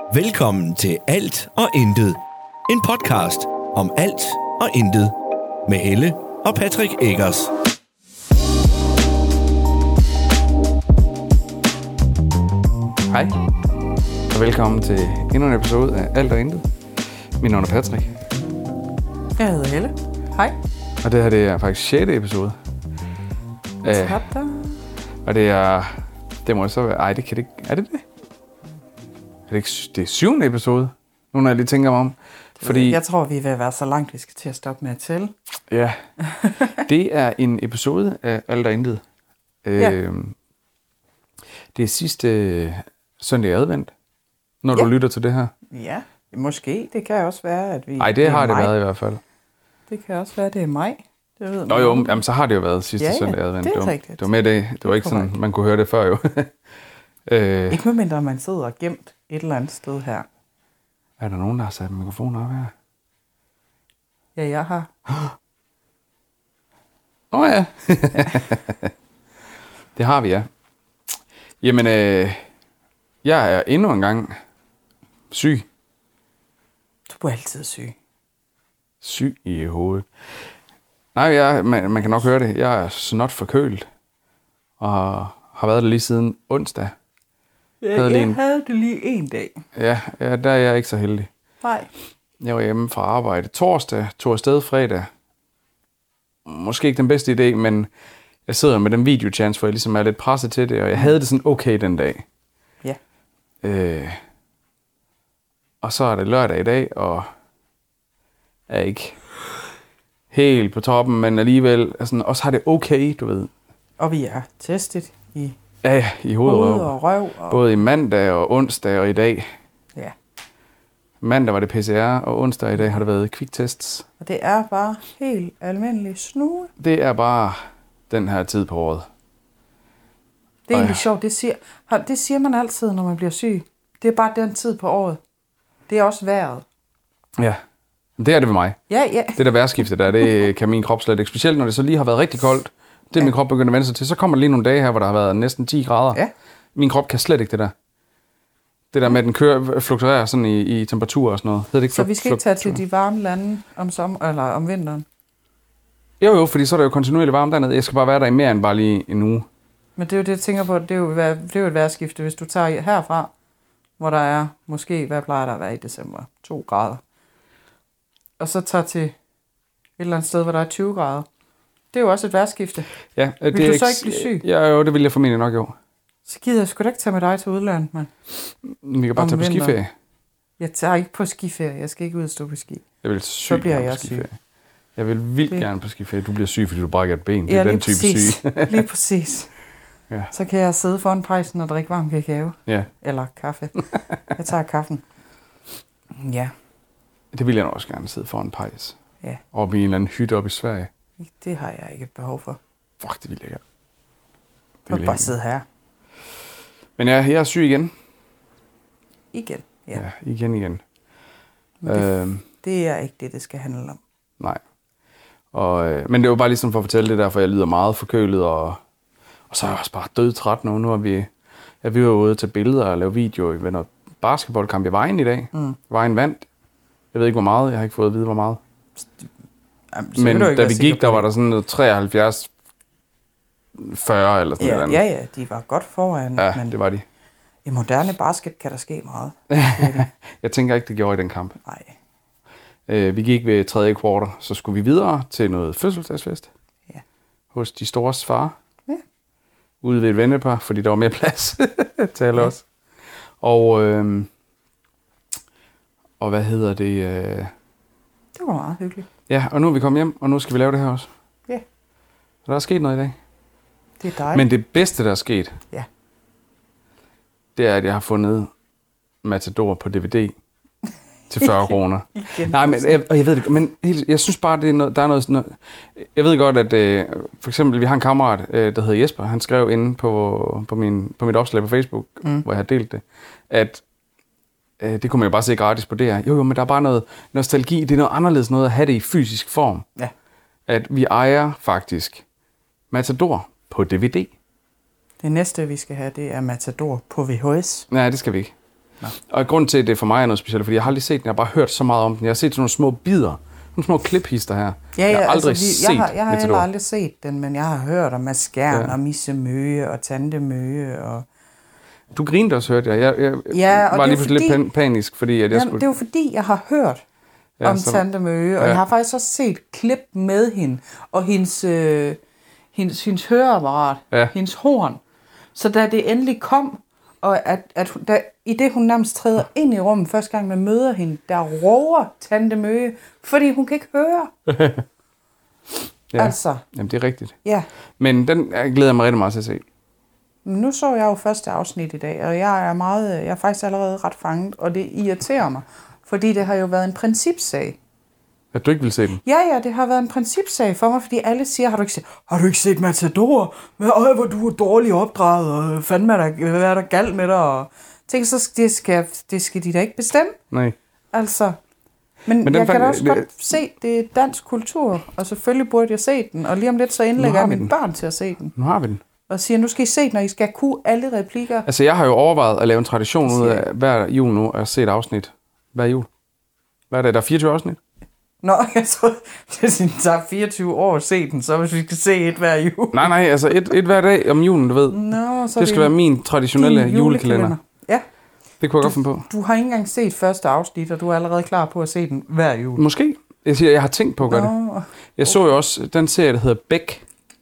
Velkommen til Alt og Intet. En podcast om alt og intet. Med Helle og Patrick Eggers. Hej, og velkommen til endnu en episode af Alt og Intet. Mit navn er Patrick. Jeg hedder Helle. Hej. Og det her det er faktisk 6. episode. Og det må så være... Ej, det kan det ikke... Er det det? Er det ikke... Det er 7. episode, nu når jeg lige tænker mig om. Fordi... Jeg tror, vi vil være så langt, vi skal til at stoppe med at tælle. Ja, det er en episode af Alt og Intet. Ja. Det er sidste søndag i advent, når du lytter til det her. Ja, måske. Det kan også være, at vi... Nej, det har det været i hvert fald. Det kan også være, at det er maj. Det ved Nå man. jo, jamen, så har det jo været sidste søndag i advent. Det er rigtigt. Det var med det. Det var ikke sådan, man kunne høre det før jo. Ikke medmindre man sidder gemt et eller andet sted her. Er der nogen, der har sat mikrofonen op her? Ja, jeg har. Ja. Det har vi, ja. Jamen, jeg er endnu en gang syg. Du er altid syg. Syg i hovedet. Nej, man kan nok høre det. Jeg er snot forkølet. Og har været der lige siden onsdag. Jeg havde det lige en dag. Ja, der er jeg ikke så heldig. Nej. Jeg var hjemme fra arbejde torsdag, tog afsted fredag. Måske ikke den bedste idé, men jeg sidder med den videochance, hvor jeg ligesom er lidt presset til det, og jeg havde det sådan okay den dag. Ja. Og så er det lørdag i dag, og er ikke helt på toppen, men alligevel altså, også har det okay, du ved. Og vi er testet i I hoved og røv. Og... Både i mandag og onsdag og i dag. Ja. Mandag var det PCR, og onsdag i dag har det været kviktests. Og det er bare helt almindelig snue. Det er bare den her tid på året. Det er egentlig sjovt. Det siger man altid, når man bliver syg. Det er bare den tid på året. Det er også vejret. Ja, det er det ved mig. Ja. Det der vejrskifte der, det kan min krop slet ikke. Specielt når det så lige har været rigtig koldt. Det min krop begynder at vende sig til. Så kommer der lige nogle dage her, hvor der har været næsten 10 grader. Ja. Min krop kan slet ikke det der. Det der med, at den fluktuerer sådan i temperatur og sådan noget. Det ikke så vi skal ikke tage til de varme lande om vinteren? Jo, fordi så er det jo kontinuerligt varmt dernede. Jeg skal bare være der i mere end bare lige en uge. Men det er jo det, jeg tænker på. Det er jo et vejrskifte. Hvis du tager herfra, hvor der er måske, hvad plejer der at være i december? 2 grader. Og så tager til et eller andet sted, hvor der er 20 grader. Det er jo også et vejrskifte. Ja, vil du så ikke blive syg? Ja, jo, det vil jeg formentlig nok jo. Så gider jeg sgu da ikke tage med dig til udlandet, mand. Vi kan bare tage på skiferie. Jeg tager ikke på skiferie. Jeg skal ikke ud og stå på ski. Jeg vil så bliver jeg syg. Jeg vil vildt gerne på skiferie. Du bliver syg, fordi du brækker et ben. Det ja, er den type syg. Lige præcis. Ja. Så kan jeg sidde foran pejsen og drikke varm kakao. Ja. Eller kaffe. Jeg tager kaffen. Ja. Det vil jeg nok også gerne sidde foran pejs. Ja. Oppe i en eller anden hytte oppe i Sverige. Det har jeg ikke behov for. Fuck, det vil jeg gerne. Jeg vil bare sidde her. Men jeg er syg igen. Igen? Ja, igen. Det er ikke det skal handle om. Nej. Men det var bare ligesom for at fortælle det der, for jeg lyder meget forkølet, og så er jeg også bare dødtræt nu. Nu er vi var ude til billeder og lave video i noget basketballkamp i Vejen i dag. Vejen vandt. Jeg ved ikke, hvor meget. Jeg har ikke fået at vide, hvor meget. Men da vi gik, der var der sådan noget 73 40 eller sådan noget. Ja, de var godt foran. Ja, men det var de. I moderne basket kan der ske meget. Jeg tænker ikke, det gjorde i den kamp. Nej. Vi gik ved 3. kvartal, så skulle vi videre til noget fødselsdagsfest. Ja. Hos de stores far. Ja. Ude ved et vennepar, fordi der var mere plads til alle os. Og hvad hedder det? Det var meget hyggeligt. Ja, og nu er vi kommet hjem, og nu skal vi lave det her også. Ja. Så der er sket noget i dag. Det er dejligt. Men det bedste, der er sket, det er, at jeg har fundet Matador på DVD til 40 kroner. Nej, men jeg ved det, men jeg synes bare, det er noget, der er noget. Jeg ved godt, at for eksempel, vi har en kammerat, der hedder Jesper. Han skrev inde på mit opslag på Facebook, hvor jeg har delt det, at det kunne man jo bare se gratis på DR. Jo, men der er bare noget nostalgi. Det er noget anderledes noget at have det i fysisk form. Ja. At vi ejer faktisk Matador på DVD. Det næste, vi skal have, det er Matador på VHS. Nej, det skal vi ikke. Og grunden til, at det for mig er noget specielt, fordi jeg har aldrig set den. Jeg har bare hørt så meget om den. Jeg har set sådan nogle små bidder. Nogle små kliphister her. Ja, jeg har aldrig set jeg har heller Matador. aldrig set den, men jeg har hørt om Mads Skjern og Misse Møge og Tante Møge. Og... Du grinede også, hørte jeg. Ja, var lige pludselig lidt panisk, fordi at jeg skulle... Det er jo fordi, jeg har hørt om Tante Møge, og jeg har faktisk også set klip med hende, og hendes høreapparat, hendes horn. Så da det endelig kom, og i det hun nærmest træder ind i rummet første gang, man møder hende, der råber Tante Møge, fordi hun kan ikke høre. Ja. Altså. Jamen, det er rigtigt. Ja. Men den glæder jeg mig rigtig meget til at se. Nu så jeg jo første afsnit i dag, og jeg er faktisk allerede ret fanget, og det irriterer mig, fordi det har jo været en principsag. At du ikke vil se den? Ja, det har været en principsag for mig, fordi alle siger, har du ikke set Matador? Hvor du er dårligt opdraget, og fandme, hvad er der galt med dig? Og tænk, så det skal de da ikke bestemme. Nej. Altså, men jeg kan da også godt se, det er dansk kultur, og selvfølgelig burde jeg se den, og lige om lidt så indlægger jeg mine børn til at se den. Nu har vi den. Og siger, nu skal I se, når I skal kunne alle replikker. Altså, jeg har jo overvejet at lave en tradition ud af hver jul nu, at se et afsnit. Hver jul. Hvad er det? Der er 24 afsnit? Nå, jeg tror, det tager 24 år at se den, så hvis vi skal se et hver jul. Nej, altså et hver dag om julen, du ved. Nå, så det skal være min traditionelle julekalender. Ja. Det kunne jeg godt finde på. Du har ikke engang set første afsnit, og du er allerede klar på at se den hver jul. Måske. Jeg har tænkt på at gøre det. Jeg så jo også den serie, der hedder Beck.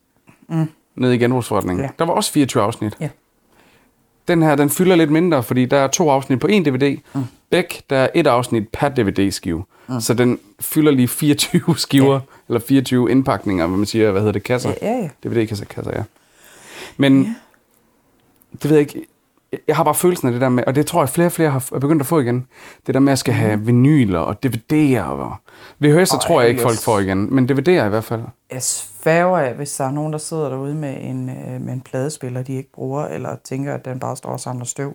Nede i genbrugsforretningen. Ja. Der var også 24 afsnit. Ja. Den her, den fylder lidt mindre, fordi der er 2 afsnit på 1 DVD. Beck, der er 1 afsnit per DVD-skive. Så den fylder lige 24 skiver, eller 24 indpakninger, hvad man siger, kasser? Ja. DVD-kasser, ja. Men, det ved jeg ikke, jeg har bare følelsen af det der med, og det tror jeg flere og flere har begyndt at få igen, det der med at skal have vinyler og DVD'er og VHS'er tror jeg ikke folk får igen, men DVD'er i hvert fald. Jeg sværger af, hvis der er nogen, der sidder derude med en pladespiller, de ikke bruger, eller tænker, at den bare står og samler støv,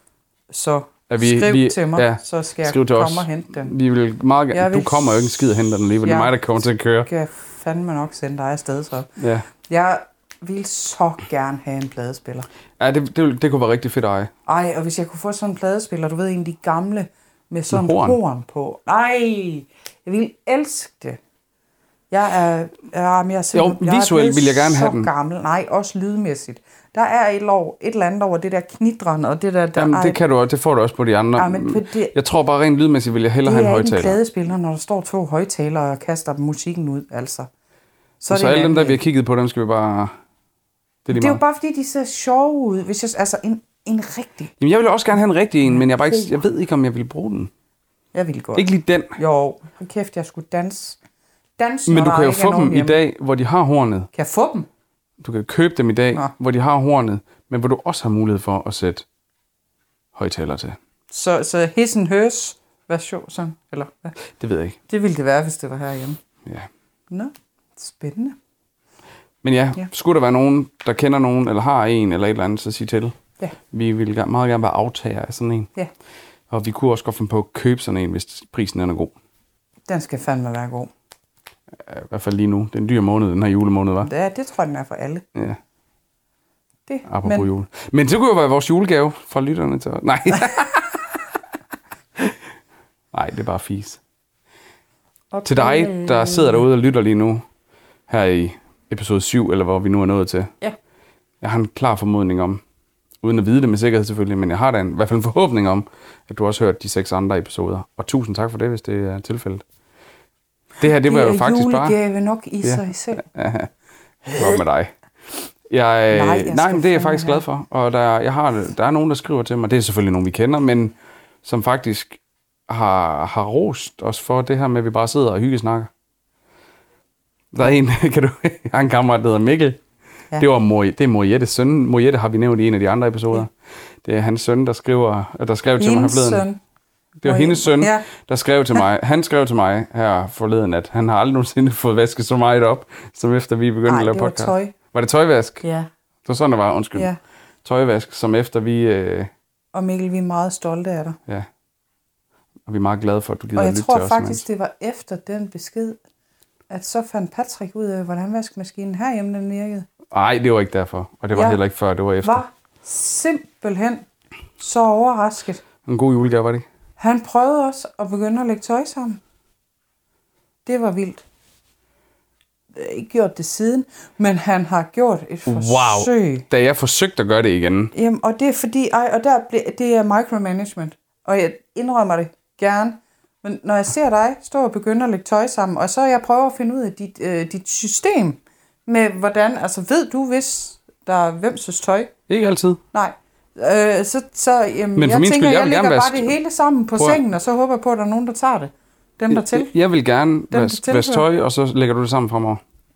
så skriv til mig, så skal jeg komme og hente den. Vi vil meget gerne. Du kommer jo ikke en skid og henter den lige, det er mig, der kommer til at køre. Jeg skal fandme nok sende dig afsted, så. Ja. Jeg vil så gerne have en pladespiller. Ja, det kunne være rigtig fedt at eje. Ej, og hvis jeg kunne få sådan en pladespiller, du ved, en af de gamle, med sådan en horn på. Nej, jeg vil elske det. Jeg er visuelt vil jeg gerne have den. Så gammel. Nej, også lydmæssigt. Der er et eller andet over det der knitren og det der... Jamen, det får du også på de andre. Jeg tror bare rent lydmæssigt vil jeg hellere have en højtaler. Det er en pladespiller, når der står 2 højtalere og kaster musikken ud, altså. Så alle dem, der vi har kigget på, dem skal vi bare... Det er jo bare fordi, de ser sjove ud. Hvis jeg, altså en rigtig... Jamen, jeg vil også gerne have en rigtig en, men jeg ved ikke, om jeg vil bruge den. Jeg vil godt. Ikke lige den. Jo, kæft, jeg skulle danse. Men du kan jo få dem i dag, hvor de har hornet. Kan jeg få dem? Du kan købe dem i dag, hvor de har hornet, men hvor du også har mulighed for at sætte højtaler til. Så his and hers version, sådan, eller hvad? Det ved jeg ikke. Det ville det være, hvis det var herhjemme. Ja. Nå, spændende. Men ja, skulle der være nogen, der kender nogen, eller har en, eller et eller andet, så sig til. Ja. Vi vil meget gerne være aftager af sådan en. Ja. Og vi kunne også godt finde på at købe sådan en, hvis prisen er god. Den skal fandme være god. I hvert fald lige nu. Det er en dyr måned, den her julemåned, var. Ja, det tror jeg, den er for alle. Ja. Apropos jule. Men det kunne jo være vores julegave fra lytterne til... Nej. Nej, det er bare fis. Okay. Til dig, der sidder derude og lytter lige nu, her i episode 7, eller hvor vi nu er nået til. Ja. Jeg har en klar formodning om, uden at vide det med sikkerhed selvfølgelig, men jeg har da i hvert fald en forhåbning om, at du også har hørt de 6 andre episoder. Og tusind tak for det, hvis det er tilfældet. Det her, det var jo faktisk bare... Det er julegave nok i sig selv. Ja, godt med dig. Nej, men det er jeg faktisk glad for. Og der er nogen, der skriver til mig. Det er selvfølgelig nogen, vi kender, men som faktisk har rost os for det her med, at vi bare sidder og hyggesnakker. Der er en, jeg har en kammerat, der hedder Mikkel. Ja. Det er Mor Jettes søn. Mor Jette har vi nævnt i en af de andre episoder. Ja. Det er hans søn, der skrev til mig her forleden. Det var hendes søn, der skrev til mig. Han skrev til mig her forleden, at han har aldrig nogensinde fået vasket så meget op, som efter vi begyndte at lave podcast. Var tøj. Var det tøjvask? Ja. Det var sådan, det var. Undskyld. Ja. Tøjvask, som efter vi... Og Mikkel, vi er meget stolte af dig. Ja. Og vi er meget glade for, at du gider at lytte til os. Og jeg tror faktisk, det var efter den besked, at så fandt Patrick ud af, hvordan vaskemaskinen herhjemme den virkede. Nej, det var ikke derfor. Og det var heller ikke før, det var efter. Var simpelthen så overrasket. En god julegave, var det ikke? Han prøvede også at begynde at lægge tøj sammen. Det var vildt. Jeg har ikke gjort det siden, men han har gjort et forsøg. Wow, da jeg forsøgte at gøre det igen. Jamen, og det er fordi, det er micromanagement, og jeg indrømmer det gerne. Men når jeg ser dig stå og begynde at lægge tøj sammen, og så jeg prøver at finde ud af dit system, med hvordan, altså ved du, hvis der er hvemses tøj? Ikke altid. Nej. Jamen, men for jeg min tænker, skyld, jeg lægger bare det hele sammen på sengen, og så håber jeg på, at der er nogen, der tager det. Dem der til. Jeg vil gerne vaske tøj, og så lægger du det sammen fremover.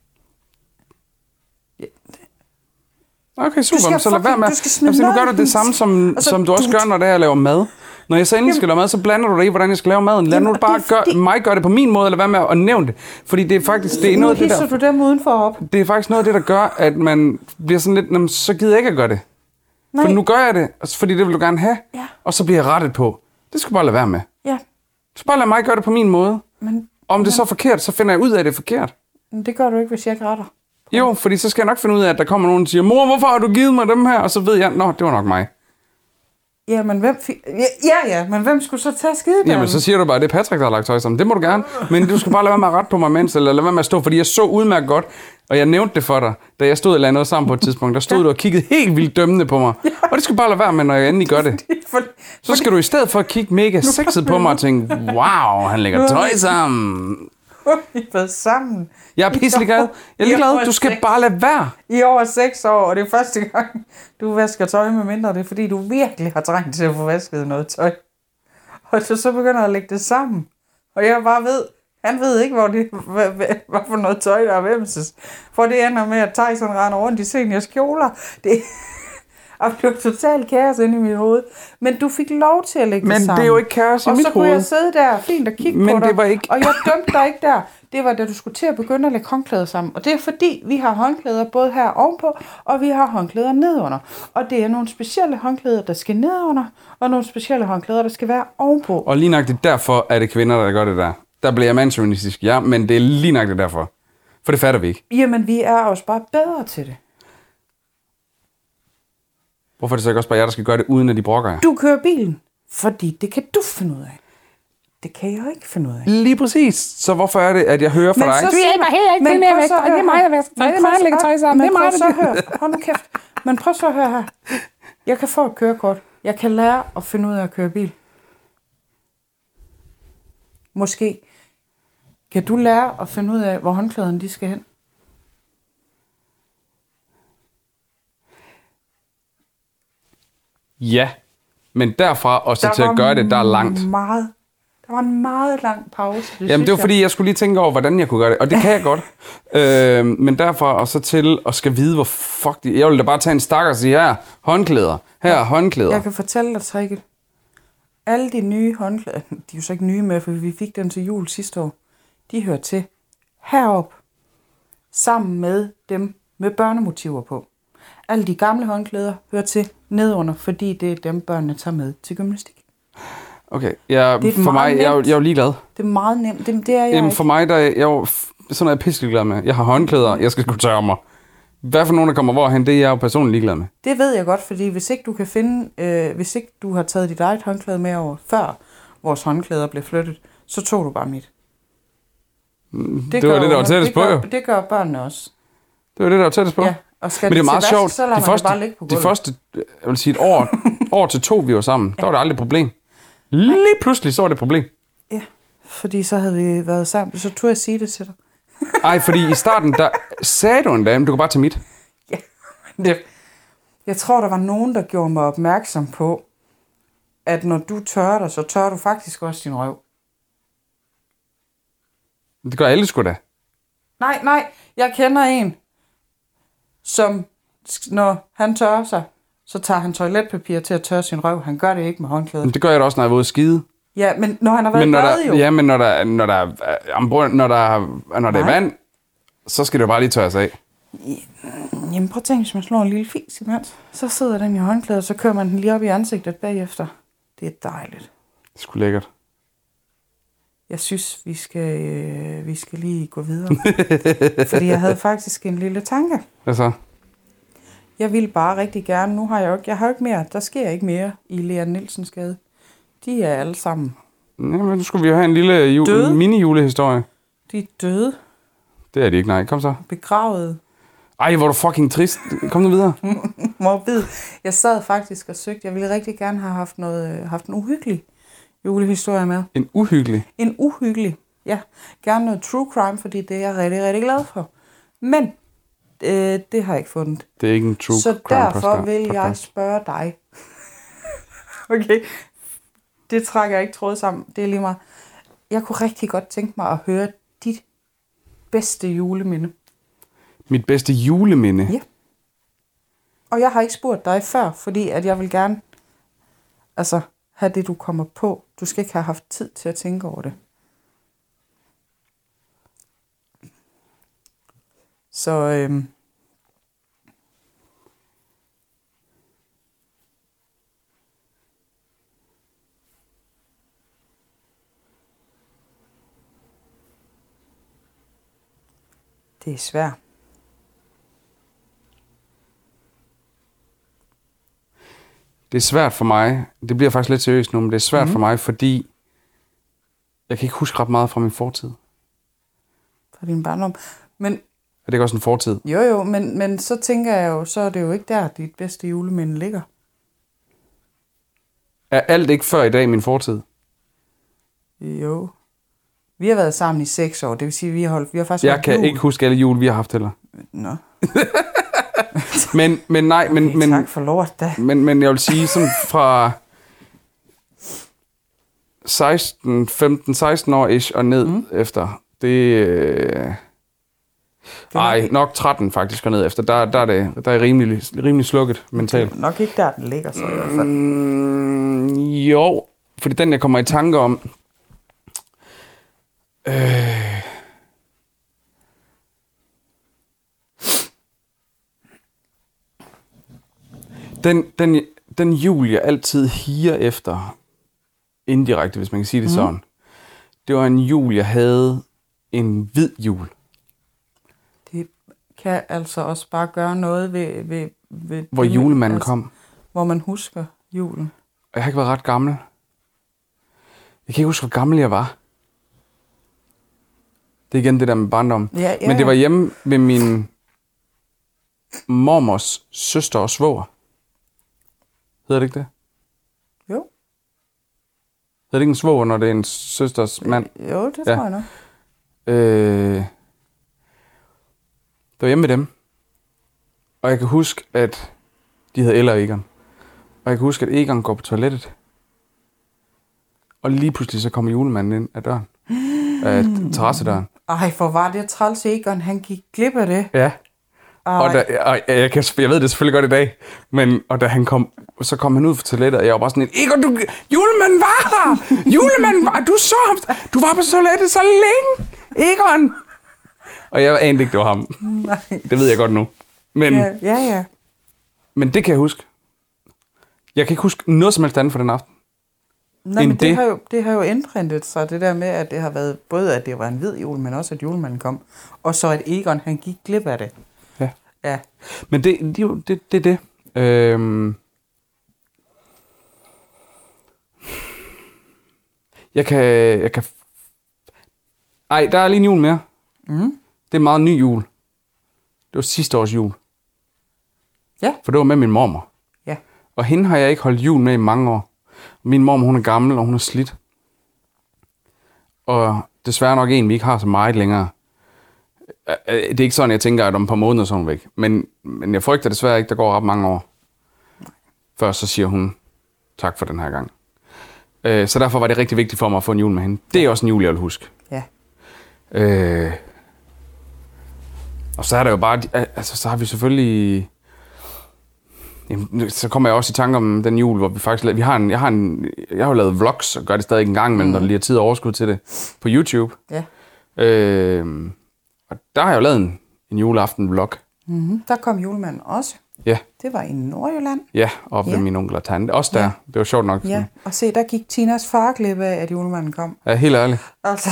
Okay, super. Så lad være med. Nu gør du det samme, som du også gør, når jeg laver mad. Når jeg så endelig skal lave mad, så blander du det i, hvordan jeg skal lave maden. Lad nu bare mig gøre det på min måde, eller hvad med at nævne det. Fordi det er faktisk... Det er noget af det der, du dem udenfor op. Det er faktisk noget af det, der gør, at man bliver sådan lidt... Så gider jeg ikke at gøre det. Nej. For nu gør jeg det, fordi det vil du gerne have. Ja. Og så bliver jeg rettet på. Det skal du bare lade være med. Ja. Så bare lad mig gøre det på min måde. Om det så er forkert, så finder jeg ud af, at det er forkert. Men det gør du ikke, hvis jeg ikke retter. Jo, fordi så skal jeg nok finde ud af, at der kommer nogen, der siger, mor, hvorfor har du givet mig dem her? Og så ved jeg, det var nok mig. Men hvem skulle så tage skideballen? Jamen, så siger du bare, det er Patrick, der har lagt tøj sammen. Det må du gerne. Men du skal bare lade være med at rette på mig mens, eller lade være med at stå, fordi jeg så udmærket godt, og jeg nævnte det for dig, da jeg stod og lagde noget sammen på et tidspunkt. Der stod du og kiggede helt vildt dømmende på mig. Og det skal bare lade være med, når jeg endelig gør det. Så skal du i stedet for at kigge mega sexet på mig og tænke, wow, han lægger tøj sammen. Vi er sammen. Jeg er pisselig glad. Jeg er ligeglad. Du skal bare lade være. I over 6 år, og det er første gang, du vasker tøj med mindre. Det er fordi, du virkelig har trængt til at få vasket noget tøj. Og så begynder at lægge det sammen. Og jeg bare ved, han ved ikke, hvad for noget tøj, der er hvemses. For det ender med, at Tyson render rundt i seniors kjoler. Det blev totalt kaos inde i mit hoved. Men du fik lov til at lægge det sammen. Men det er jo ikke kaos i mit hoved. Og så kunne jeg sidde der fint og kigge på dig. Det var ikke... Og jeg dømte dig ikke der. Det var, da du skulle til at begynde at lægge håndklæder sammen. Og det er fordi, vi har håndklæder både her ovenpå, og vi har håndklæder nedunder. Og det er nogle specielle håndklæder, der skal nedunder, og nogle specielle håndklæder, der skal være ovenpå. Og lige nøjagtigt derfor er det kvinder, der gør det der. Der bliver jeg mandsjournalistisk, ja, men det er lige nøjagtigt derfor. For det fatter vi ikke. Jamen, vi er også bare bedre til det. Hvorfor er det så ikke også bare jer, der skal gøre det, uden at de brokker jer? Du kører bilen, fordi det kan du finde ud af. Det kan jeg ikke finde ud af. Lige præcis. Så hvorfor er det, at jeg hører fra dig? Du hjælper heller ikke det mere væk, og det er mig, der vasker tøj. Det er mig, der lægger tøj sammen. Det er mig, der høre. Hold nu kæft. Men prøv så at høre her. Jeg kan få et kørekort. Jeg kan lære at finde ud af at køre bil. Måske. Kan du lære at finde ud af, hvor håndklæderne de skal hen? Ja, men derfra og så til at gøre det, der er langt. Der var en meget lang pause. Jamen, det var fordi, jeg skulle lige tænke over, hvordan jeg kunne gøre det. Og det kan jeg godt. Men derfra og så til at skal vide, hvor fuck de... Jeg vil da bare tage en stakker og sige, her håndklæder. Her håndklæder. Jeg kan fortælle dig tricket. Alle de nye håndklæder, de er jo så ikke nye med, for vi fik dem til jul sidste år. De hører til herop, sammen med dem med børnemotiver på. Alle de gamle håndklæder hører til nedunder, fordi det er dem, børnene tager med til gymnastik. Okay, for mig, jeg er jo ligeglad. Det er meget nemt. Det er jeg Jamen, ikke. for mig, der er jeg jo sådan noget pisselig glad med. Jeg har håndklæder, jeg skal sgu tørre mig. Hvad for nogen, der kommer hvorhen, det er jeg jo personligt ligeglad med. Det ved jeg godt, fordi hvis ikke du kan finde, hvis ikke du har taget dit eget håndklæde med over, før vores håndklæder blev flyttet, så tog du bare mit. Det var det, der var tættest på, jo. Det gør børnene også. Det var det, der var tættest på. Ja, og skal men det er meget sjovt. Så lader man det bare ligge på gulvet. De første, jeg vil sige et år til 2, vi var sammen, der var det aldrig et problem. Lige pludselig, så var det et problem. Ja, fordi så havde vi været sammen, så turde jeg sige det til dig. Ej, fordi i starten, der sagde du en dame, du kan bare tage mit. Ja, jeg tror, der var nogen, der gjorde mig opmærksom på, at når du tørrer dig, så tørrer du faktisk også din røv. Det gør alle sgu da. Nej, jeg kender en, som når han tørrer sig, så tager han toiletpapir til at tørre sin røv. Han gør det ikke med håndklædet. Det gør jeg da også, når jeg er ude at skide. Ja, men når han har været bad jo. Ja, men når der er vand, så skal det jo bare lige tørres af. Jamen prøv at tænke, hvis man slår en lille fis imens, så sidder den i håndklædet, og så kører man den lige op i ansigtet bagefter. Det er dejligt. Det er sgu lækkert. Jeg synes, vi skal lige gå videre. Fordi jeg havde faktisk en lille tanke. Hvad så? Jeg ville bare rigtig gerne, nu har jeg jo ikke mere, der sker ikke mere i Lea Nielsens Gade. De er alle sammen. Jamen, nu skulle vi jo have en lille mini-julehistorie. De er døde. Det er de ikke, nej. Kom så. Begravet. Ej, hvor er du fucking trist. Kom nu videre. Morbid. Jeg sad faktisk og søgte. Jeg ville rigtig gerne have haft en uhyggelig julehistorie med. En uhyggelig? En uhyggelig, ja. Gerne noget true crime, fordi det er jeg rigtig, rigtig glad for. Men det har jeg ikke fundet. Det er ikke en true så crime derfor podcast. vil jeg spørge dig. Okay, det trækker jeg ikke tråd sammen. Det er lige meget. Jeg kunne rigtig godt tænke mig at høre dit bedste juleminde. Mit bedste juleminde? Ja. Og jeg har ikke spurgt dig før, fordi at jeg vil gerne have det, du kommer på. Du skal ikke have haft tid til at tænke over det. Så det er svært. Det er svært for mig. Det bliver faktisk lidt seriøst nu, men det er svært for mig, fordi jeg kan ikke huske ret meget fra min fortid. Fra din barndom. Men er det ikke også en fortid? Jo, men så tænker jeg jo, så er det jo ikke der, dit bedste juleminde ligger. Er alt ikke før i dag min fortid? Jo. Vi har været sammen i 6 år, det vil sige, vi har faktisk jeg kan ikke huske alle jul, vi har haft heller. Nå. men nej, men tak for lort da. Men jeg vil sige sådan fra 16 år ish og ned efter. Det nok 13 faktisk og ned efter. Der er rimelig slukket mentalt. Det er nok ikke der, den ligger så i hvert fald. Jo, fordi den jeg kommer i tanke om. Den jul, jeg altid higer efter, indirekte, hvis man kan sige det sådan, det var en jul, jeg havde en hvid jul. Det kan altså også bare gøre noget ved hvor det, julemanden kom. Hvor man husker julen. Og jeg har ikke været ret gammel. Jeg kan ikke huske, hvor gammel jeg var. Det er igen det der med barndom. Ja. Men det var hjemme ved min mormors søster og svoger. Hedder det ikke det? Jo. Hedder det ikke en svoger, når det er en søsters mand? Jo, det tror jeg nok. Det var hjemme med dem. Og jeg kan huske, at de havde Ella og Egon. Og jeg kan huske, at Egon går på toilettet. Og lige pludselig så kommer julemanden ind af døren. Af terrassedøren. Ej, for var det træls Egon, han gik glip af det. Ja. Og jeg ved det selvfølgelig godt i dag, men da han kom, så kom han ud fra toilettet, og jeg var bare sådan en, Egon, julemanden var her! Julemanden var, du så ham! Du var på toilettet så længe! Egon! Og jeg anede ikke, det var ham. Nej. Det ved jeg godt nu. Men, ja. Men det kan jeg huske. Jeg kan ikke huske noget som helst andet for den aften. Nej, men det har jo indprintet sig, det der med, at det har været både, at det var en hvid jul, men også, at julemanden kom. Og så, at Egon, han gik glip af det. Ja. Men det er det. Jeg kan... Ej, der er lige en jul mere. Mm. Det er en meget ny jul. Det var sidste års jul. Ja. For det var med min mormor. Ja. Og hende har jeg ikke holdt jul med i mange år. Min mormor, hun er gammel, og hun er slidt. Og desværre nok en, vi ikke har så meget længere. Det er ikke sådan, jeg tænker, at om et par måneder så er hun væk. Men jeg frygter desværre ikke, der går ret mange år. Før så siger hun, tak for den her gang. Så derfor var det rigtig vigtigt for mig at få en jul med hende. Det er også en jul, jeg vil huske. Ja. Og så er der jo bare, altså så har vi selvfølgelig, jamen, så kommer jeg også i tanke om den jul, hvor vi faktisk, jeg har jo lavet vlogs, og gør det stadig en gang, men når der lige er tid og overskud til det, på YouTube. Ja. Og der har jeg jo lavet en juleaften-vlog. Mm-hmm. Der kom julemanden også. Ja. Det var i Nordjylland. Ja, op ved min onkel og tante. Også der. Ja. Det var sjovt nok. Ja, og se, der gik Tinas far glip af, at julemanden kom. Ja, helt ærligt. Altså,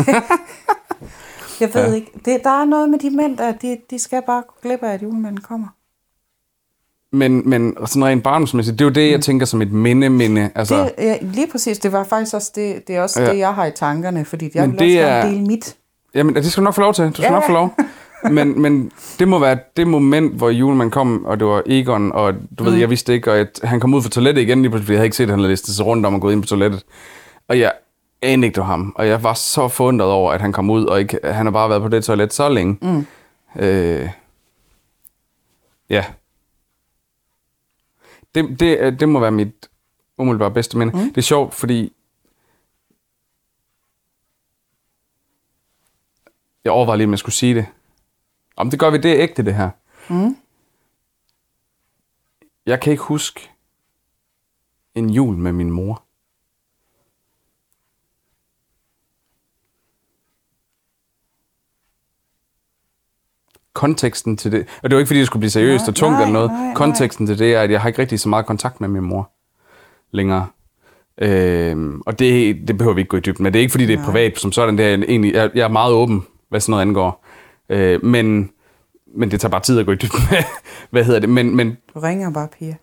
jeg ved ikke. Der er noget med de mænd, der de skal bare gå glip af, at julemanden kommer. Men sådan rent barndomsmæssigt, det er jo det, jeg tænker som et minde. Altså, Det, ja, lige præcis, det var faktisk også det er også det, jeg har i tankerne, fordi jeg Men vil også det gerne er- dele mit. Jamen, det skal du nok få lov til. Du skal nok få lov. Men det må være det moment, hvor julemanden kom, og det var Egon, og du ved, jeg vidste ikke, og han kom ud fra toilettet igen, lige pludselig, fordi jeg havde ikke set, at han havde listet sig rundt om at gå ind på toilettet. Og jeg anede ikke, det var ham. Og jeg var så forundret over, at han kom ud, og ikke, han har bare været på det toilet så længe. Ja. Det må være mit umiddelbare bedste minde. Det er sjovt, fordi jeg overvejede lige, om jeg skulle sige det. Om det gør vi, det er ægte, det her. Jeg kan ikke huske en jul med min mor. Konteksten til det, og det var ikke fordi, det skulle blive seriøst og tungt eller noget. Konteksten til det er, at jeg har ikke rigtig så meget kontakt med min mor længere. Og det behøver vi ikke gå i dybden med. Det er ikke fordi, det er privat som sådan. Det er egentlig, jeg er meget åben, hvad sådan noget angår. Men det tager bare tid at gå i dybden med. Hvad hedder det? Men Du ringer bare, Pia.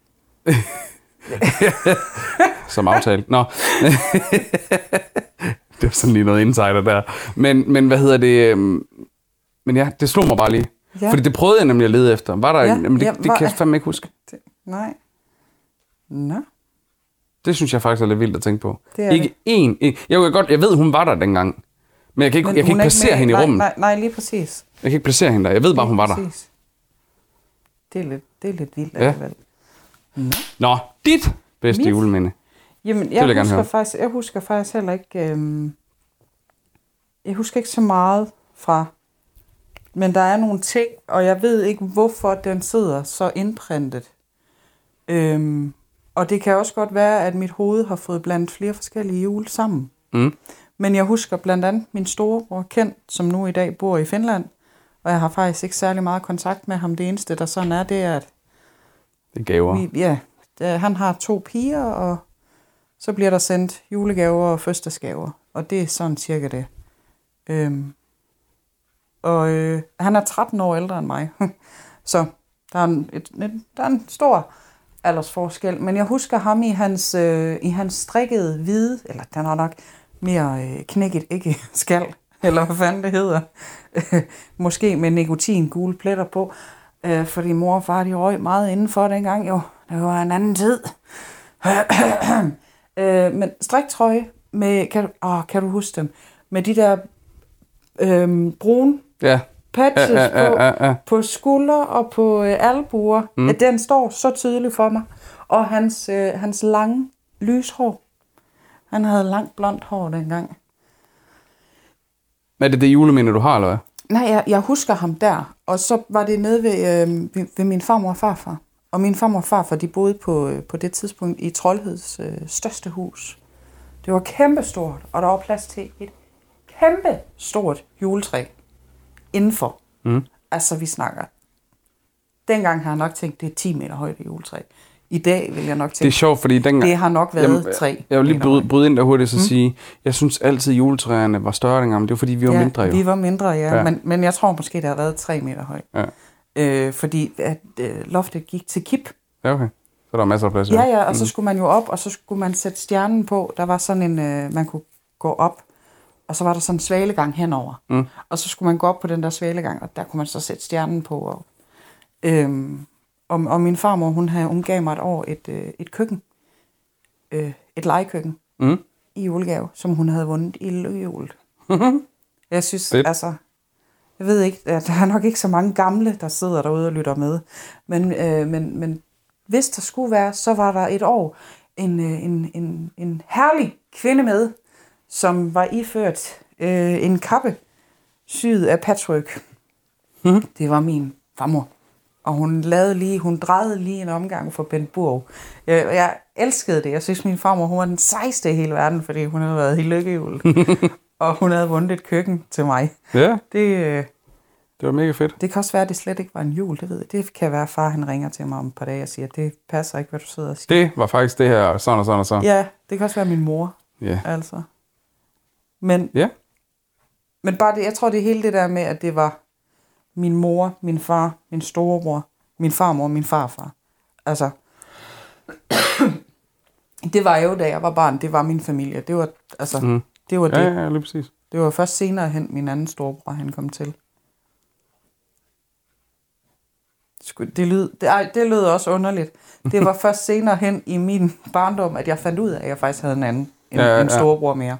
som aftalt. Nå. Det var sådan lige noget insider der. Men hvad hedder det? Men ja, det slog mig bare lige. Ja. Fordi det prøvede jeg nemlig at lede efter. Var der men det kan jeg fandme ikke huske. Nej. Nå. Det synes jeg faktisk er lidt vildt at tænke på. Det Jeg ved, hun var der dengang. Men jeg kan ikke placere hende i rummet. Nej, lige præcis. Jeg kan ikke placere hende der. Jeg ved bare, hun var der. Det er lidt vildt Ja. alligevel. Nå, dit bedste juleminde. Jamen, jeg husker faktisk heller ikke... jeg husker ikke så meget fra... Men der er nogle ting, og jeg ved ikke, hvorfor den sidder så indprintet. Og det kan også godt være, at mit hoved har fået blandt flere forskellige jule sammen. Men jeg husker blandt andet min storebror Kent, som nu i dag bor i Finland. Og jeg har faktisk ikke særlig meget kontakt med ham. Det eneste, der sådan er, det er, at... Det er gaver. Han har 2 piger, og så bliver der sendt julegaver og fødselsdagsgaver. Og det er sådan cirka det. Han er 13 år ældre end mig. Så der er en stor aldersforskel. Men jeg husker ham i hans strikkede hvide, eller den er nok mere knækket, ikke skal, eller hvad fanden det hedder. Måske med nikotin gule pletter på. Fordi mor og far, de røg meget indenfor dengang jo. Det var en anden tid. Men striktrøje med, kan du huske dem? Med de der brune patches på skulder og på albuer. At den står så tydeligt for mig. Og hans lange lyshår. Han havde langt blondt hår dengang. Er det juleminde, du har, eller hvad? Nej, jeg husker ham der. Og så var det nede ved min farmor og farfar. Og min farmor og farfar, de boede på det tidspunkt i Troldheds største hus. Det var kæmpestort, og der var plads til et kæmpestort juletræ indenfor. Altså, vi snakker. Dengang har jeg nok tænkt, det er 10 meter højt juletræ. I dag vil jeg nok tænke, det er sjovt, fordi dengang, det har nok været 3. Jeg vil lige bryde ind der hurtigt og sige, jeg synes altid, juletræerne var større dengang, men det var fordi, vi var mindre jo. Vi var mindre, ja. Men jeg tror måske, det har været 3 meter højt. Ja. Fordi at loftet gik til kip. Ja, okay. Så der var masser af plads. Ja, og så skulle man jo op, og så skulle man sætte stjernen på. Der var sådan en, man kunne gå op, og så var der sådan en svalegang henover. Og så skulle man gå op på den der svalegang, og der kunne man så sætte stjernen på. Og min farmor, hun gav mig et år et køkken. Et legekøkken. I julegave, som hun havde vundet i lykkehjulet. Jeg synes, altså... Jeg ved ikke, at der er nok ikke så mange gamle, der sidder derude og lytter med. Men hvis der skulle være, så var der et år en herlig kvinde med, som var iført en kappe syet af patchwork. Det var min farmor. Og hun drejede lige en omgang for Bent Burg. Jeg elskede det. Jeg synes, min farmor, hun var den sejste i hele verden, fordi hun havde været i lykkehjulet. Og hun havde vundet et køkken til mig. Ja, det var mega fedt. Det kan også være, at det slet ikke var en jul, det ved jeg. Det kan være, at far han ringer til mig om et par dage og siger, det passer ikke, hvad du sidder og siger. Det var faktisk det her, sådan og sådan og så. Ja, det kan også være min mor. Ja. Altså. Men bare det, jeg tror, det er hele det der med, at det var min mor, min far, min storebror, min farmor og min farfar. Altså, det var jo, da jeg var barn, det var min familie. Det var, altså, det var det. Ja, lige præcis. Det var først senere hen, min anden storebror, han kom til. Det lød også underligt. Det var først senere hen i min barndom, at jeg fandt ud af, at jeg faktisk havde en storebror mere.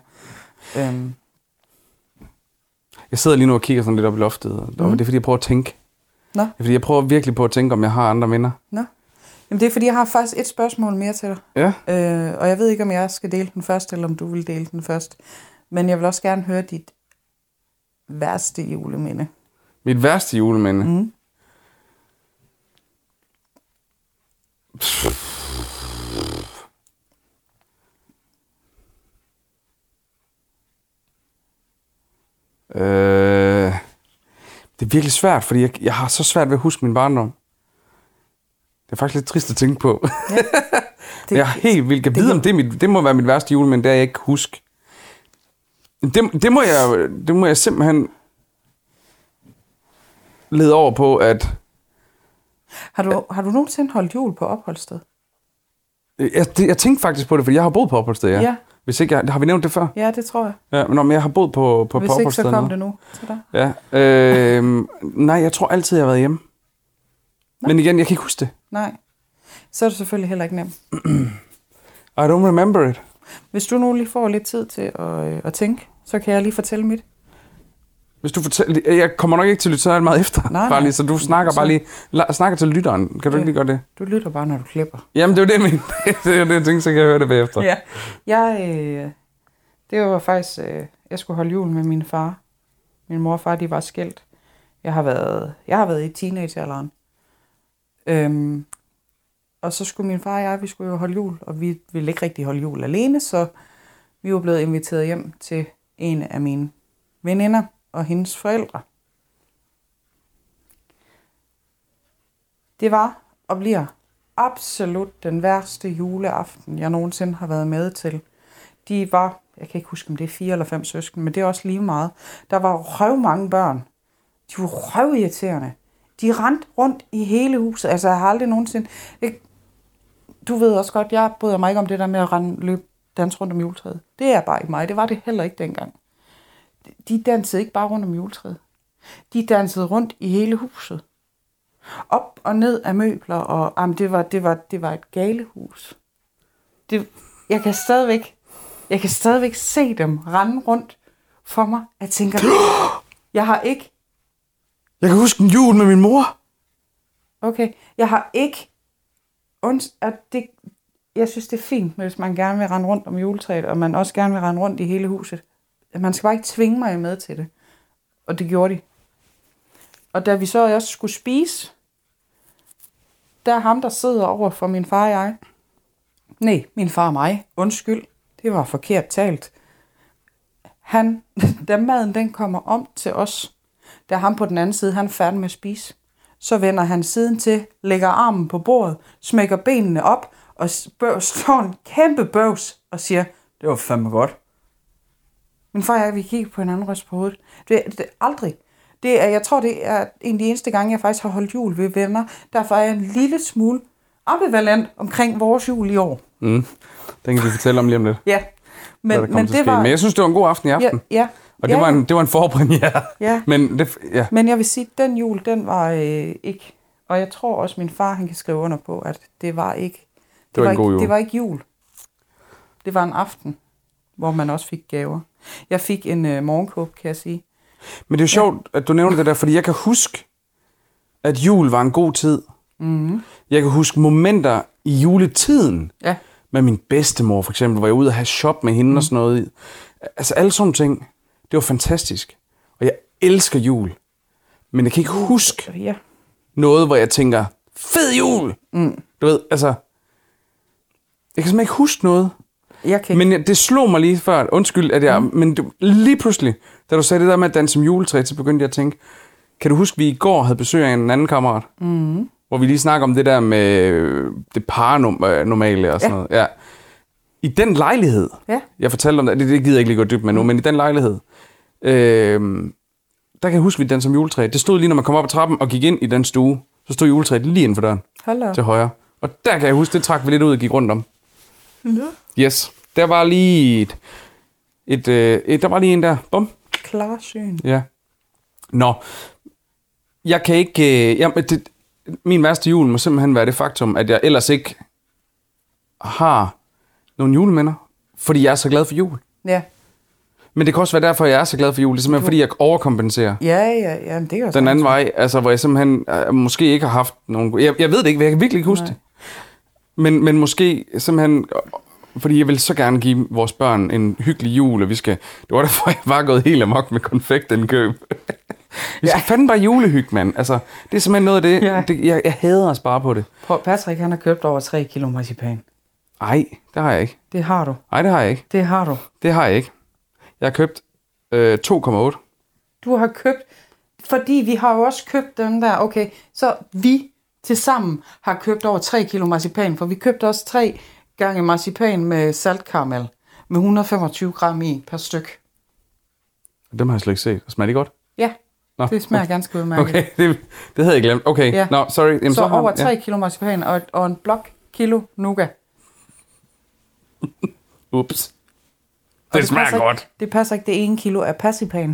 Jeg sidder lige nu og kigger sådan lidt op i loftet, og det er fordi, jeg prøver at tænke. Nå. Det er fordi, jeg prøver virkelig på at tænke, om jeg har andre venner. Nå. Jamen, det er fordi, jeg har faktisk et spørgsmål mere til dig. Ja. Og jeg ved ikke, om jeg skal dele den først, eller om du vil dele den først. Men jeg vil også gerne høre dit værste juleminde. Mit værste juleminde? Mm. Det er virkelig svært, fordi jeg har så svært ved at huske min barndom. Det er faktisk lidt trist at tænke på. Ja, jeg er helt vildt. Jeg ved, om det må være mit værste juleminde, det er jeg ikke kan huske. Det må jeg simpelthen lede over på, at... Har du nogensinde holdt jul på opholdssted? Jeg tænkte faktisk på det, fordi jeg har boet på opholdssted, ja. Hvis ikke har vi nævnt det før? Ja, det tror jeg. Ja, men jeg har boet på opholdssted. Hvis ikke, så kom det nu til dig. Ja. Nej, jeg tror altid, jeg har været hjemme. Nå. Men igen, jeg kan ikke huske det. Nej. Så er det selvfølgelig heller ikke nemt. I don't remember it. Hvis du nu lige får lidt tid til at tænke, så kan jeg lige fortælle mit. Hvis du fortæller, jeg kommer nok ikke til at lytte så meget efter, nej. Bare lige, så du snakker bare lige, snakker til lytteren. Kan du ikke lige gøre det? Du lytter bare, når du klipper. Jamen, det er jo det, det er det, jeg tænkte, så kan jeg høre det bagefter. Ja, det var faktisk, jeg skulle holde jul med min far. Min mor og far, de var skilt. Jeg har været i teenagealderen. Og så skulle min far og jeg, vi skulle jo holde jul, og vi ville ikke rigtig holde jul alene, så vi var blevet inviteret hjem til en af mine veninder og hendes forældre. Det var og bliver absolut den værste juleaften, jeg nogensinde har været med til. De var, jeg kan ikke huske, om det er 4 eller 5 søsken, men det er også lige meget. Der var røv mange børn. De var røvirriterende. De rendte rundt i hele huset. Altså, jeg har aldrig nogensinde... Du ved også godt, jeg bryder mig ikke om det der med at løbe dans rundt om juletræet. Det er bare ikke mig. Det var det heller ikke dengang. De dansede ikke bare rundt om juletræet. De dansede rundt i hele huset. Op og ned af møbler, og det var et galehus. Jeg kan stadigvæk se dem rende rundt for mig. Jeg tænker, Jeg kan huske en jul med min mor. Okay, jeg har ikke... Jeg synes, det er fint, hvis man gerne vil rende rundt om juletræet, og man også gerne vil rende rundt i hele huset. Man skal bare ikke tvinge mig med til det. Og det gjorde de. Og da vi så også skulle spise, der er ham, der sidder over for min far og jeg. Nej, min far og mig. Undskyld, det var forkert talt. Da maden den kommer om til os, der er ham på den anden side, han er færdig med at spise. Så vender han siden til, lægger armen på bordet, smækker benene op, og slår en kæmpe bøvs og siger, det var fandme godt. Min far og jeg, vi kigger på hinanden ryst på hovedet. Det aldrig. Jeg tror, det er en af de eneste gange, jeg faktisk har holdt jul ved venner. Derfor er jeg en lille smule ambivalent omkring vores jul i år. Den kan vi fortælle om lige om lidt. Ja. Men jeg synes, det var en god aften i aften. Ja. Og det var en forpremiere. Ja. Men Men jeg vil sige, at den jul, den var ikke... Og jeg tror også, min far han kan skrive under på, at det var ikke... Det var en god jul. Det var ikke jul. Det var en aften, hvor man også fik gaver. Jeg fik en morgenkåbe, kan jeg sige. Men det er jo sjovt, at du nævner det der, fordi jeg kan huske, at jul var en god tid. Mm-hmm. Jeg kan huske momenter i juletiden. Ja. Med min bedstemor, for eksempel, hvor jeg var ude og have shop med hende og sådan noget. Altså alle sådan ting. Det var fantastisk. Og jeg elsker jul. Men jeg kan ikke huske noget, hvor jeg tænker, fed jul! Du ved, altså... Jeg kan simpelthen ikke huske noget. Men det slog mig lige før, undskyld, at jeg... Men lige pludselig, da du sagde det der med at danse som juletræ, så begyndte jeg at tænke, kan du huske, vi i går havde besøg af en anden kammerat? Hvor vi lige snakker om det der med det paranormale og sådan noget. Ja. I den lejlighed, jeg fortalte om det gider jeg ikke lige gå dybt med nu, men i den lejlighed, der kan jeg huske, vi dansede som juletræ. Det stod lige, når man kom op ad trappen og gik ind i den stue, så stod juletræet lige inden for døren. Hello. Til højre. Og der kan jeg huske, det trak vi lidt ud og gik rundt om. Yes. Der var lige der var lige en der. Bum. Klarsyn. Ja. Nå. Jeg kan ikke... min værste jul må simpelthen være det faktum, at jeg ellers ikke har nogle juleminder, fordi jeg er så glad for jul. Ja. Men det kan også være derfor, jeg er så glad for jul. Det er simpelthen, fordi jeg overkompenserer. Ja, det er den anden vej, altså hvor jeg simpelthen måske ikke har haft nogen... Jeg ved det ikke, jeg kan virkelig ikke huske det. Men måske simpelthen... Fordi jeg vil så gerne give vores børn en hyggelig jul, og det var derfor, jeg var gået helt amok med konfektindkøb. Vi skal fandme bare julehygge, mand. Altså, det er simpelthen noget af det... Jeg hader at spare på det. Patrick, han har købt over 3 kilo marcipan. Ej, det har jeg ikke. Det har du. Nej, det har jeg ikke. Det har du. Det har jeg ikke. Jeg har købt 2,8. Du har købt... Fordi vi har jo også købt den der... Okay, så vi tilsammen har købt over 3 kilo marcipan, for vi købte også 3 gange marcipan med saltkaramel med 125 gram i per styk. Dem har jeg slet ikke set. Smager de godt? Ja, Nå, det smager ganske udmærket. Okay, det havde jeg glemt. Okay, ja. Nå, sorry. Jamen, så over 3 kilo marcipan og en blok kilo nougat. Ups. Det smager godt. Det passer ikke, det 1 kilo af marcipan.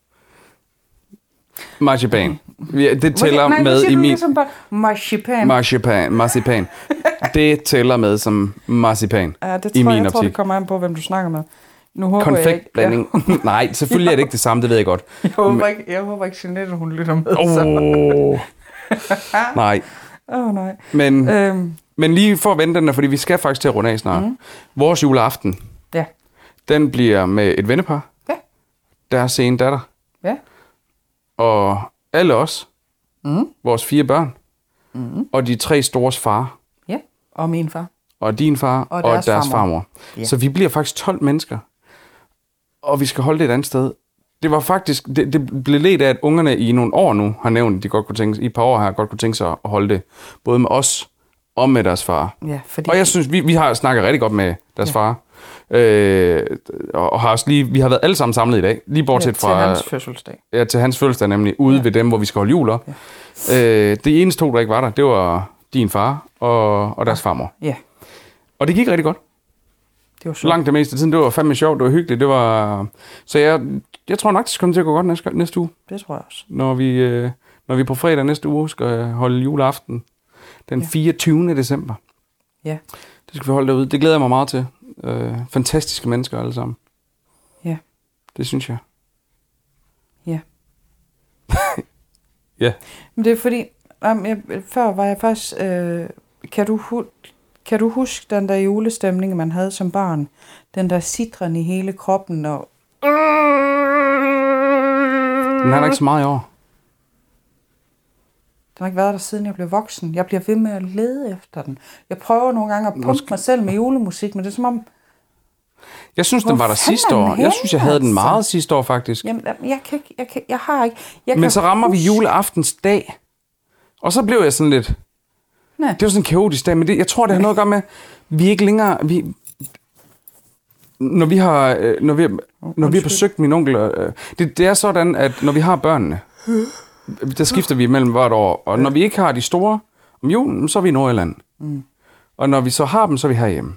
Marcipan. Det tæller med i min... Ligesom marcipan. Marcipan. Det tæller med som marcipan. Ja, det tror jeg tror, det kommer an på, hvem du snakker med. Nu håber konfektblanding. Nej, selvfølgelig er det ikke det samme, det ved jeg godt. Jeg håber ikke, Jeanette, hun lytter med. Nej. Nej. Men lige for at vente den der, fordi vi skal faktisk til at runde af snart. Vores juleaften, den bliver med et vennepar. Ja. Deres ene datter. Ja. Og alle os. Vores 4 børn. Og de 3 stores far. Ja, og min far. Og din far og deres farmor. Ja. Så vi bliver faktisk 12 mennesker. Og vi skal holde det et andet sted. Det var faktisk, det blev ledt af, at ungerne i nogle år nu har nævnt, at de godt kunne tænke, i et par år har godt kunne tænke sig at holde det. Både med os og med deres far. Ja, fordi... Og jeg synes, vi har snakket rigtig godt med deres far. Og har også vi har været alle sammen samlet i dag. Lige bortset fra... til hans fødselsdag. Ja, til hans fødselsdag nemlig. Ude ved dem, hvor vi skal holde jul op. Ja. Det eneste 2, der ikke var der, det var din far og deres farmor. Ja. Og det gik rigtig godt. Det var sjovt. Langt det meste af tiden. Det var fandme sjovt, det var hyggeligt. Det var... Så jeg tror nok, det kommer til at gå godt næste uge. Det tror jeg også. Når vi på fredag næste uge skal holde juleaften. Den 24. december. Ja. Det skal vi holde derude. Det glæder jeg mig meget til. Fantastiske mennesker alle sammen. Ja. Det synes jeg. Ja. Ja. Men det er fordi... før var jeg faktisk... Kan du huske den der julestemning, man havde som barn? Den der sidren i hele kroppen og... Den har der ikke så meget i år. Den har ikke været der, siden jeg blev voksen. Jeg bliver ved med at lede efter den. Jeg prøver nogle gange at pumpe mig selv med julemusik, men det er som om... Jeg synes, den var der sidste år. Jeg synes, jeg havde den meget sidste år, faktisk. Jamen, jeg har ikke... Men så rammer vi juleaftens dag. Og så blev jeg sådan lidt... Nej. Det var sådan en kaotisk dag, men jeg tror, det har noget at gøre med, vi ikke længere... Når vi har besøgt min onkel... Det er sådan, at når vi har børnene, der skifter vi imellem hvert år. Og når vi ikke har de store om julen, så er vi i Nordjylland. Og når vi så har dem, så er vi herhjemme.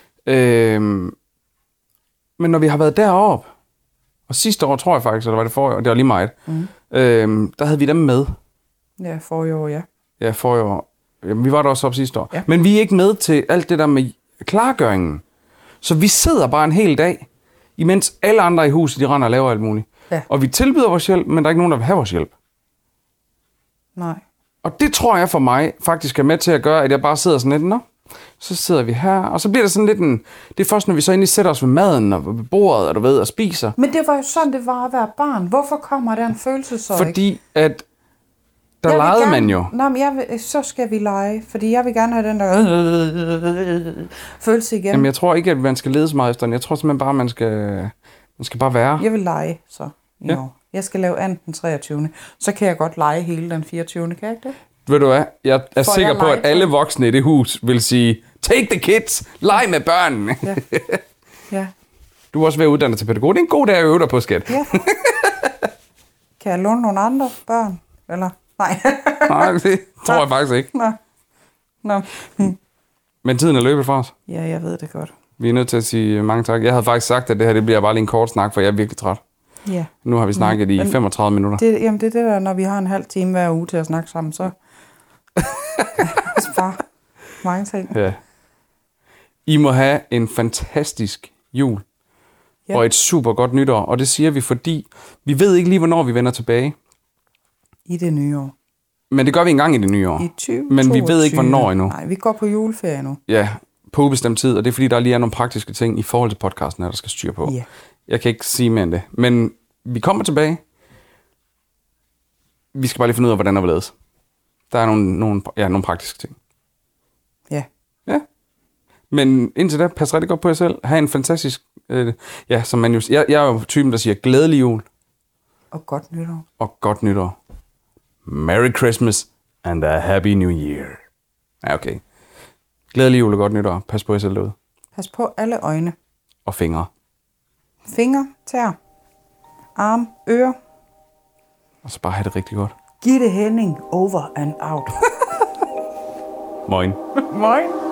Men når vi har været deroppe, og sidste år tror jeg faktisk, eller var det forrige år, det var lige meget, der havde vi dem med. Ja, forrige år, ja. Ja, forrige år. Jamen, vi var der også op sidste år. Ja. Men vi er ikke med til alt det der med klargøringen. Så vi sidder bare en hel dag, imens alle andre i huset, de render og laver alt muligt. Ja. Og vi tilbyder vores hjælp, men der er ikke nogen, der vil have vores hjælp. Nej. Og det tror jeg for mig faktisk er med til at gøre, at jeg bare sidder sådan lidt, nå, så sidder vi her, og så bliver det sådan lidt en... Det er først, når vi så endelig sætter os ved maden og ved bordet, og du ved, og spiser. Men det var jo sådan, det var at være barn. Hvorfor kommer der en følelse så Fordi ikke? At der legede man jo. Nå, men så skal vi lege, fordi jeg vil gerne have den der følelse igen. Jamen, jeg tror ikke, at man skal lede så meget efter den. Jeg tror simpelthen bare, man skal bare være. Jeg vil lege, så. Ja. Jeg skal lave anden den 23. Så kan jeg godt lege hele den 24. Kan jeg ikke det? Ved du hvad? Jeg er sikker på, at alle voksne i det hus vil sige, take the kids, leg med børnene. Ja. Ja. Du er også ved at uddanne til pædagog. Det er en god dag at øve dig på, skat. Ja. Kan jeg låne nogle andre børn? Eller? Nej. Nej, det tror jeg faktisk ikke. Nå. Men tiden er løbet fra os. Ja, jeg ved det godt. Vi er nødt til at sige mange tak. Jeg havde faktisk sagt, at det her det bliver bare lige en kort snak, for jeg er virkelig træt. Ja. Nu har vi snakket i 35 minutter. Det er det der, når vi har en halv time hver uge til at snakke sammen, så bare mange ting. Ja. I må have en fantastisk jul. Ja. Og et super godt nytår. Og det siger vi, fordi vi ved ikke lige, hvornår vi vender tilbage. I det nye år. Men det gør vi engang i det nye år. I 2022. Men vi ved ikke, hvornår endnu. Nej, vi går på juleferie nu. Ja, på ubestemt tid. Og det er, fordi der lige er nogle praktiske ting i forhold til podcasten, der skal styre på. Ja. Jeg kan ikke sige mere end det. Men vi kommer tilbage. Vi skal bare lige finde ud af, hvordan der vil ledes. Der er nogle praktiske ting. Ja. Ja. Men indtil da, pas rigtig godt på jer selv. Ha' en fantastisk... som man jo... Jeg er jo typen, der siger glædelig jul. Og godt nytår. Og godt nytår. Merry Christmas and a Happy New Year. Ja, okay. Glædelig jul og godt nytår. Pas på jer selv derude. Pas på alle øjne. Og fingre. Fingre, tær, arm, ører. Og så bare have det rigtig godt. Gitte Henning over and out. Moin. Moin.